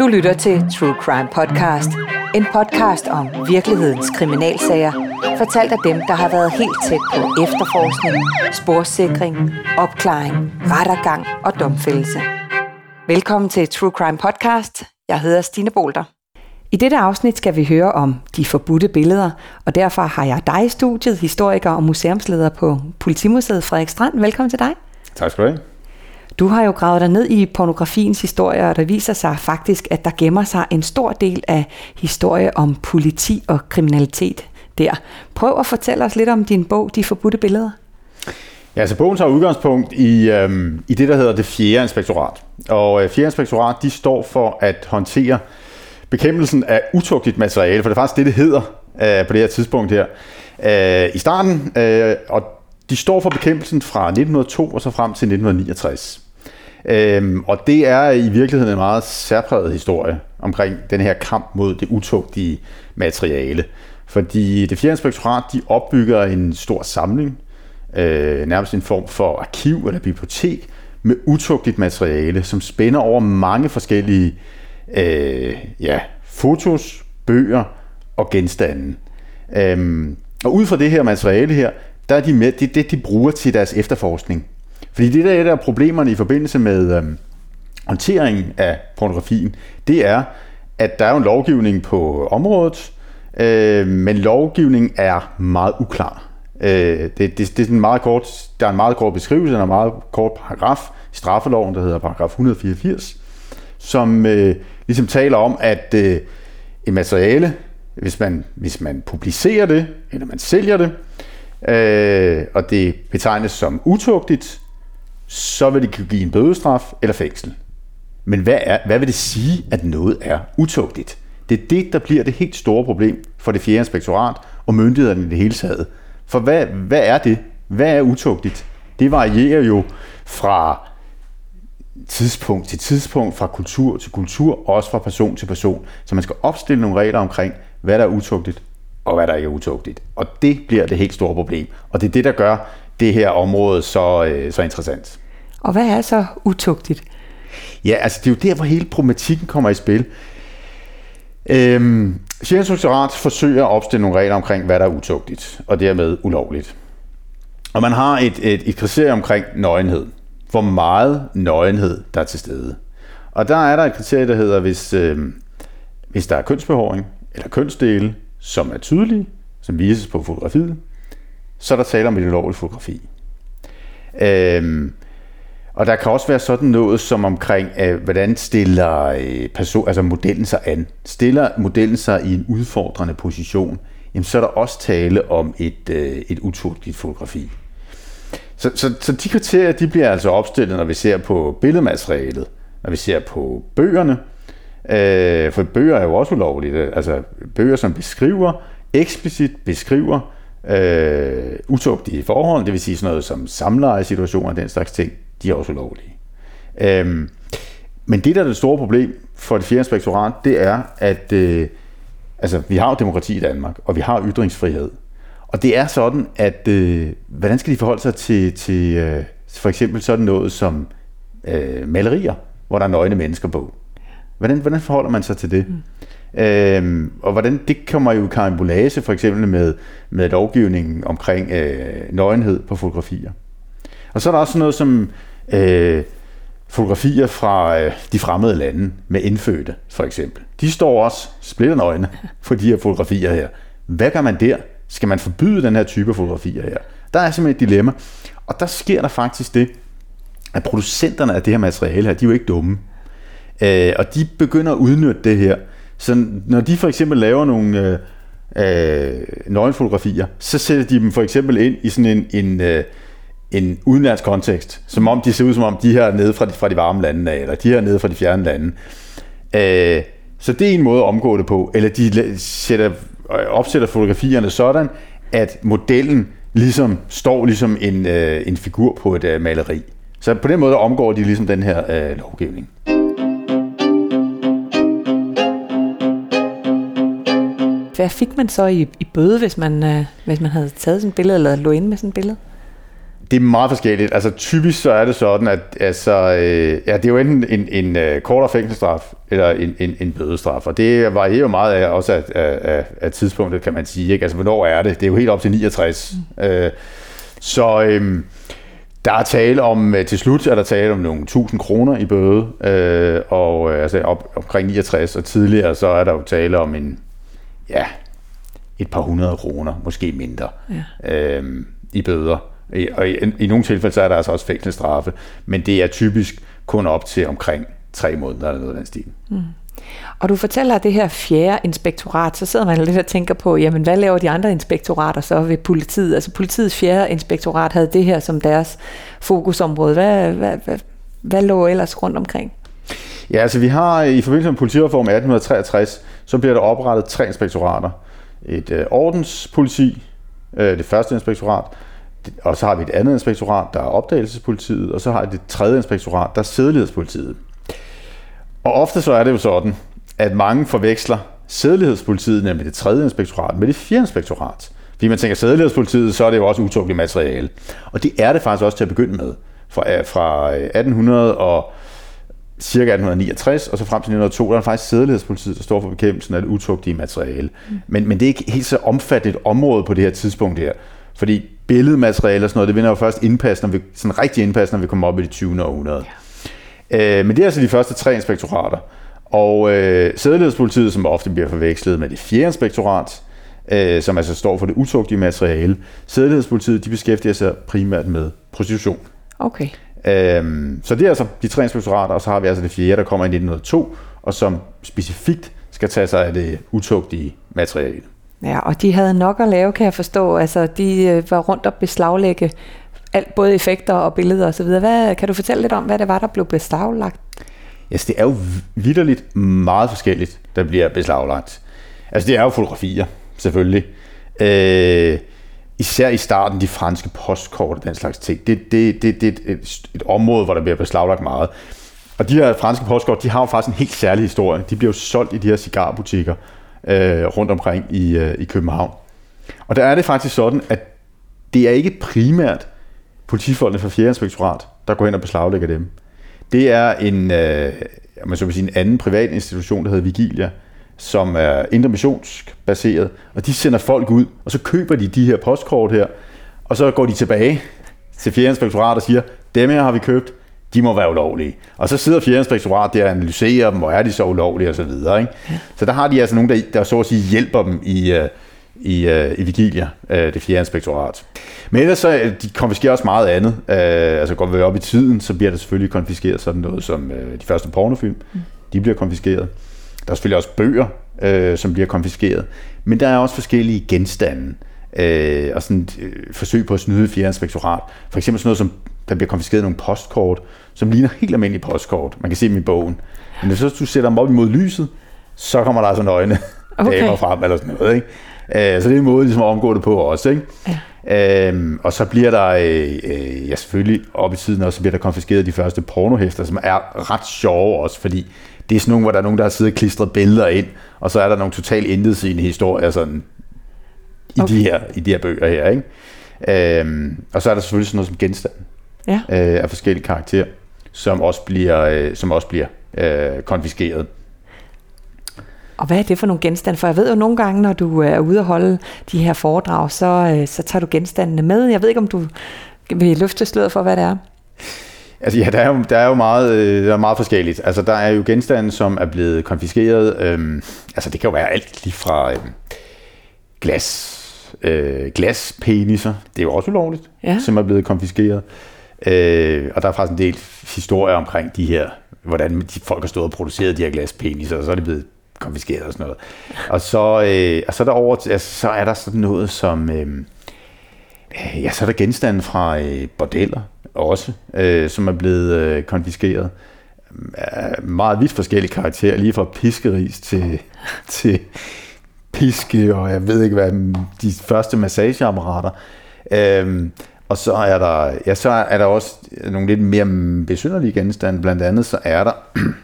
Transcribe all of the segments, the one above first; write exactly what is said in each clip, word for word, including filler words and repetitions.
lytter til True Crime Podcast. En podcast om virkelighedens kriminalsager, fortalt af dem, der har været helt tæt på efterforskning, sporsikring, opklaring, rettergang og domfældelse. Velkommen til True Crime Podcast. Jeg hedder Stine Bolter. I dette afsnit skal vi høre om de forbudte billeder, og derfor har jeg dig i studiet, historiker og museumsleder på Politimuseet Frederik Strand. Velkommen til dig. Tak skal du have. Du har jo gravet dig ned i pornografiens historie, og der viser sig faktisk, at der gemmer sig en stor del af historie om politi og kriminalitet der. Prøv at fortælle os lidt om din bog, De forbudte billeder. Ja, altså bogen tager udgangspunkt i, øhm, i det, der hedder det fjerde inspektorat. Og øh, fjerde inspektorat, de står for at håndtere bekæmpelsen af utugtigt materiale, for det er faktisk det, det hedder øh, på det her tidspunkt her øh, i starten. Øh, og de står for bekæmpelsen fra nitten nul to og så frem til nitten niogtres. Øhm, og det er i virkeligheden en meget særpræget historie omkring den her kamp mod det utugtige materiale. Fordi det fjerde inspektorat, de opbygger en stor samling, øh, nærmest en form for arkiv eller bibliotek, med utugtigt materiale, som spænder over mange forskellige øh, ja, fotos, bøger og genstande. Øhm, og ud fra det her materiale her, der er de med, det er det, de bruger til deres efterforskning. Fordi det der er der problemerne i forbindelse med øhm, håndteringen af pornografien, det er, at der er jo en lovgivning på området, øh, men lovgivningen er meget uklar. Øh, det, det, det er en meget kort, der er en meget kort beskrivelse, der er en meget kort paragraf i straffeloven, der hedder paragraf et hundrede og fireogfirs, som øh, ligesom taler om, at øh, et materiale, hvis man, hvis man publicerer det, eller man sælger det, øh, og det betegnes som utugtigt, så vil det kunne give en bødestraf eller fængsel. Men hvad, er, hvad vil det sige, at noget er utugtigt? Det er det, der bliver det helt store problem for det fjerde inspektorat og myndighederne i det hele taget. For hvad, hvad er det? Hvad er utugtigt? Det varierer jo fra tidspunkt til tidspunkt, fra kultur til kultur, også fra person til person. Så man skal opstille nogle regler omkring, hvad der er utugtigt og hvad der ikke er utugtigt. Og det bliver det helt store problem. Og det er det, der gør det her område så, øh, så interessant. Og hvad er så utugtigt? Ja, altså det er jo der, hvor hele problematikken kommer i spil. Øhm, fjerde inspektorat forsøger at opstille nogle regler omkring, hvad der er utugtigt, og dermed ulovligt. Og man har et, et, et kriterie omkring nøgenhed. Hvor meget nøgenhed der er til stede. Og der er der et kriterie, der hedder, hvis, øh, hvis der er kønsbehåring eller kønsdele, som er tydelige, som vises på fotografiet, så er der tale om et ulovligt fotografi. Øhm, og der kan også være sådan noget som omkring, øh, hvordan stiller øh, person, altså modellen sig an. Stiller modellen sig i en udfordrende position, jamen så er der også tale om et, øh, et utugtigt fotografi. Så, så, så de kriterier, de bliver altså opstillet, når vi ser på billedmaterialet, når vi ser på bøgerne. Øh, for bøger er jo også ulovligt. Altså bøger, som beskriver, eksplicit beskriver øh, utugtige forhold, det vil sige sådan noget som samlejesituationer og den slags ting, de er også ulovlige. Øh, men det, der er det store problem for det fjerde inspektorat, det er, at øh, altså, vi har jo demokrati i Danmark, og vi har ytringsfrihed. Og det er sådan, at øh, hvordan skal de forholde sig til, til øh, for eksempel sådan noget som øh, malerier, hvor der er nøgne mennesker på? Hvordan, hvordan forholder man sig til det? Mm. Øhm, og hvordan det kommer jo i karambolage for eksempel med, med lovgivningen omkring øh, nøgenhed på fotografier. Og så er der også noget som øh, fotografier fra øh, de fremmede lande med indfødte for eksempel. De står også splitternøgne for de her fotografier her. Hvad gør man der? Skal man forbyde den her type fotografier her? Der er simpelthen et dilemma. Og der sker der faktisk det, at producenterne af det her materiale her, de er jo ikke dumme. Øh, og de begynder at udnytte det her. Så når de for eksempel laver nogle øh, øh, nøgenfotografier, så sætter de dem for eksempel ind i sådan en, en, øh, en udenlandsk kontekst. Som om de ser ud som om de her nede fra de, fra de varme lande af, eller de her nede fra de fjerne lande. Øh, så det er en måde at omgå det på. Eller de sætter, opsætter fotografierne sådan, at modellen ligesom står ligesom en, øh, en figur på et øh, maleri. Så på den måde omgår de ligesom den her øh, lovgivning. Hvad fik man så i, i bøde, hvis man, øh, hvis man havde taget sådan et billede, eller lå inde med sådan et billede? Det er meget forskelligt. Altså typisk så er det sådan, at altså, øh, ja, det er jo enten en, en, en kortere fængselsstraf, eller en, en, en bødestraf, og det varierer jo meget af, også af, af, af tidspunktet, kan man sige. Ikke? Altså, hvornår er det? Det er jo helt op til niogtres. Mm. Øh, så øh, der er tale om, til slut er der tale om nogle tusind kroner i bøde, øh, og øh, altså op, omkring niogtres, og tidligere så er der jo tale om en, ja, et par hundrede kroner, måske mindre, ja. øh, i bøder. Og i, i nogle tilfælde så er der altså også fængselsstraffe, men det er typisk kun op til omkring tre måneder eller noget af den stil. Mm. Og du fortæller, at det her fjerde inspektorat, så sidder man lidt og tænker på, jamen hvad laver de andre inspektorater så ved politiet? Altså politiets fjerde inspektorat havde det her som deres fokusområde. Hvad, hvad, hvad, hvad lå ellers rundt omkring? Ja, altså vi har i forbindelse med politireformen atten treogtres, så bliver der oprettet tre inspektorater. Et øh, ordenspoliti, øh, det første inspektorat, og så har vi et andet inspektorat, der er opdagelsespolitiet, og så har vi det tredje inspektorat, der er sædelighedspolitiet. Og ofte så er det jo sådan, at mange forveksler sædelighedspolitiet, nemlig det tredje inspektorat, med det fjerde inspektorat. Fordi man tænker sædelighedspolitiet, så er det jo også utugtigt materiale. Og det er det faktisk også til at begynde med. Fra, fra atten hundrede og cirka atten niogtres, og så frem til nitten hundrede og to, der er faktisk sædelighedspolitiet, der står for bekæmpelsen af det utugtige materiale. Mm. Men, men det er ikke helt så omfattende et område på det her tidspunkt her. Fordi billedmateriale og sådan noget, det vinder jo først indpas, når vi, sådan rigtig indpas, når vi kommer op i det tyvende århundrede. Ja. Øh, men det er altså de første tre inspektorater. Og øh, sædelighedspolitiet, som ofte bliver forvekslet med det fjerde inspektorat, øh, som altså står for det utugtige materiale. Sædelighedspolitiet, de beskæftiger sig primært med prostitution. Okay. Øh, så det er altså de tre inspektorater, og så har vi altså det fjerde, der kommer i nitten hundrede og to, og som specifikt skal tage sig af det utugtige materiale. Ja, og de havde nok at lave, kan jeg forstå. Altså, de var rundt og beslaglægge alt, både effekter og billeder og så videre. Hvad, kan du fortælle lidt om, hvad det var, der blev beslaglagt? Ja, yes, det er jo vitterligt meget forskelligt, der bliver beslaglagt. Altså, det er jo fotografier, selvfølgelig. Øh, især i starten, de franske postkort og den slags ting. Det, det, det, det er et, et område, hvor der bliver beslaglagt meget. Og de her franske postkort, de har jo faktisk en helt særlig historie. De bliver jo solgt i de her cigarbutikker øh, rundt omkring i, øh, i København. Og der er det faktisk sådan, at det er ikke primært politifolkene fra fjerde inspektorat, der går hen og beslaglægger dem. Det er en, øh, man så vil sige, en anden privat institution, der hedder Vigilia, som er intermissionsk baseret, og de sender folk ud, og så køber de de her postkort her, og så går de tilbage til fjerde inspektorat og siger, dem her har vi købt, de må være ulovlige. Og så sidder fjerde inspektorat der og analyserer dem, hvor er de så ulovlige og så videre. Ikke? Ja. Så der har de altså nogen, der, der så at sige hjælper dem i, i, i Vigilia, det fjerde inspektorat. Men ellers så, de konfiskerer også meget andet. Altså går vi op i tiden, så bliver der selvfølgelig konfiskeret sådan noget som de første pornofilm. Mm. De bliver konfiskeret. Der er selvfølgelig også bøger, øh, som bliver konfiskeret. Men der er også forskellige genstande. Øh, og sådan øh, forsøg på at snyde fjerde inspektorat. For eksempel sådan noget, som der bliver konfiskeret nogle postkort, som ligner helt almindelige postkort. Man kan se dem i bogen. Men hvis du sætter dem op imod lyset, så kommer der altså nøgne okay. damer frem, eller sådan noget. Ikke? Øh, så det er en måde ligesom at omgå det på også. Ikke? Ja. Øh, og så bliver der, øh, ja selvfølgelig op i tiden også, så bliver der konfiskeret de første pornohæfter, som er ret sjove også, fordi det er sådan nogle, hvor der er nogen, der har siddet og klistret billeder ind, og så er der nogle totalt intetsigende historier sådan, i, okay. de her, i de her bøger her. Ikke? Øhm, og så er der selvfølgelig sådan noget som genstand ja. øh, af forskellige karakterer, som også bliver, øh, som også bliver øh, konfiskeret. Og hvad er det for nogle genstande? For jeg ved jo nogle gange, når du er ude og holde de her foredrag, så, øh, så tager du genstandene med. Jeg ved ikke, om du vil løfte sløret for, hvad det er. Altså ja, der er jo, der er jo meget, der er meget forskelligt. Altså der er jo genstande, som er blevet konfiskeret. Øhm, altså det kan jo være alt lige fra øhm, glas, øh, glaspeniser. Det er jo også ulovligt, ja. Som er blevet konfiskeret. Øh, og der er faktisk en del historier omkring de her, hvordan de folk har stået og produceret de her glaspeniser, og så er det blevet konfiskeret og sådan noget. Og så, øh, og så, derover, altså, så er der sådan noget som, øh, ja, så er der genstande fra øh, bordeller, også, øh, som er blevet øh, konfiskeret. Øh, meget vidt forskellige karakterer, lige fra piskeris til, til piske, og jeg ved ikke hvad, de første massageapparater. Øh, og så er der, ja, så er der også nogle lidt mere besynderlige genstande. Blandt andet så er der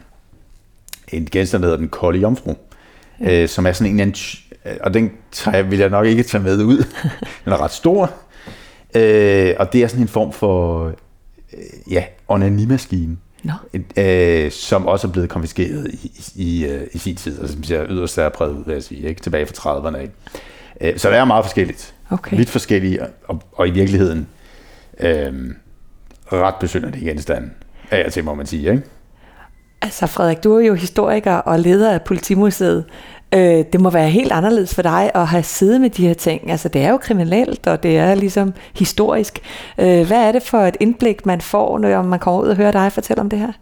en genstand, der hedder den kolde jomfru, ja. øh, som er sådan en anden, og den tager, vil jeg nok ikke tage med ud. Den er ret stor. Øh, og det er sådan en form for øh, ja, onanimaskine, no. øh, som også er blevet konfiskeret i, i, i, i sin tid, og som ser yderst særpræget ud, vil jeg sige, ikke? Tilbage fra trediverne. Ikke? Øh, så det er meget forskelligt. Okay. Vidt forskellige, og, og i virkeligheden øh, ret besynderlige genstande, af og til, må man sige, ikke? Altså Frederik, du er jo historiker og leder af Politimuseet. Øh, det må være helt anderledes for dig at have siddet med de her ting. Altså det er jo kriminelt, og det er ligesom historisk. Øh, hvad er det for et indblik, man får, når man kommer ud og hører dig fortælle om det her?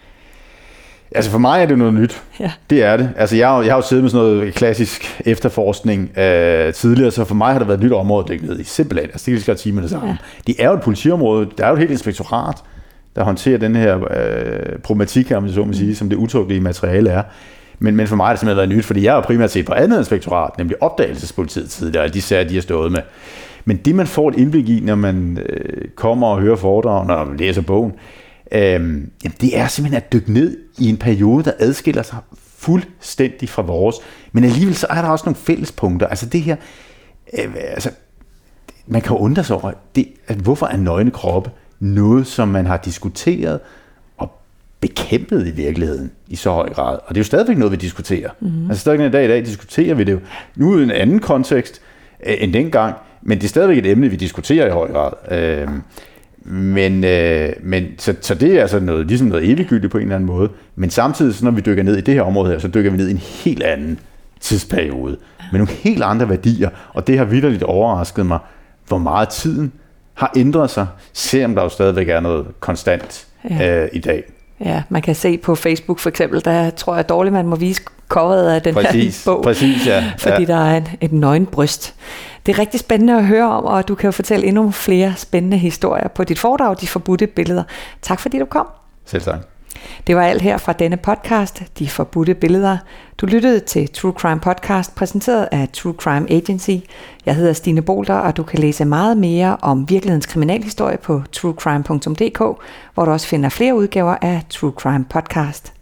Altså for mig er det noget nyt. Ja. Det er det. Altså jeg har, jeg har jo siddet med sådan noget klassisk efterforskning øh, tidligere, så for mig har det været et nyt område at dykke ned i. Simpelthen. Altså det kan jeg godt sige med det samme. Ja. Det er jo et politiområde. Der er jo et helt inspektorat, der håndterer den her øh, problematik, kan man så må sige, som det utugtige materiale er. Men, men for mig har det simpelthen været nyt, fordi jeg har primært set på andet inspektorat, nemlig opdagelsespolitiet tidligere, og de sager, de har stået med. Men det, man får et indblik i, når man øh, kommer og hører foredrag, når man læser bogen, øh, jamen, det er simpelthen at dykke ned i en periode, der adskiller sig fuldstændig fra vores. Men alligevel så er der også nogle fællespunkter. Altså det her, øh, altså, man kan jo undre sig over, det, at hvorfor er nøgne kroppe noget, som man har diskuteret og bekæmpet i virkeligheden i så høj grad. Og det er jo stadigvæk noget, vi diskuterer. Mm-hmm. Altså stadigvæk i dag i dag diskuterer vi det jo. Nu i en anden kontekst øh, end dengang, men det er stadigvæk et emne, vi diskuterer i høj grad. Øh, men øh, men så, så det er altså noget, ligesom noget eviggyldigt på en eller anden måde. Men samtidig, så når vi dykker ned i det her område her, så dykker vi ned i en helt anden tidsperiode. Med nogle helt andre værdier. Og det har vitterligt overrasket mig, hvor meget tiden har ændret sig, selvom der jo stadigvæk er noget konstant ja. øh, i dag. Ja, man kan se på Facebook for eksempel, der tror jeg dårligt, man må vise coveret af den præcis, her bog. Præcis, ja. Fordi ja. Der er en, et nøgen bryst. Det er rigtig spændende at høre om, og du kan jo fortælle endnu flere spændende historier på dit foredrag, De Forbudte Billeder. Tak fordi du kom. Selv tak. Det var alt her fra denne podcast, De Forbudte Billeder. Du lyttede til True Crime Podcast, præsenteret af True Crime Agency. Jeg hedder Stine Bolter, og du kan læse meget mere om virkelighedens kriminalhistorie på truecrime punktum d k, hvor du også finder flere udgaver af True Crime Podcast.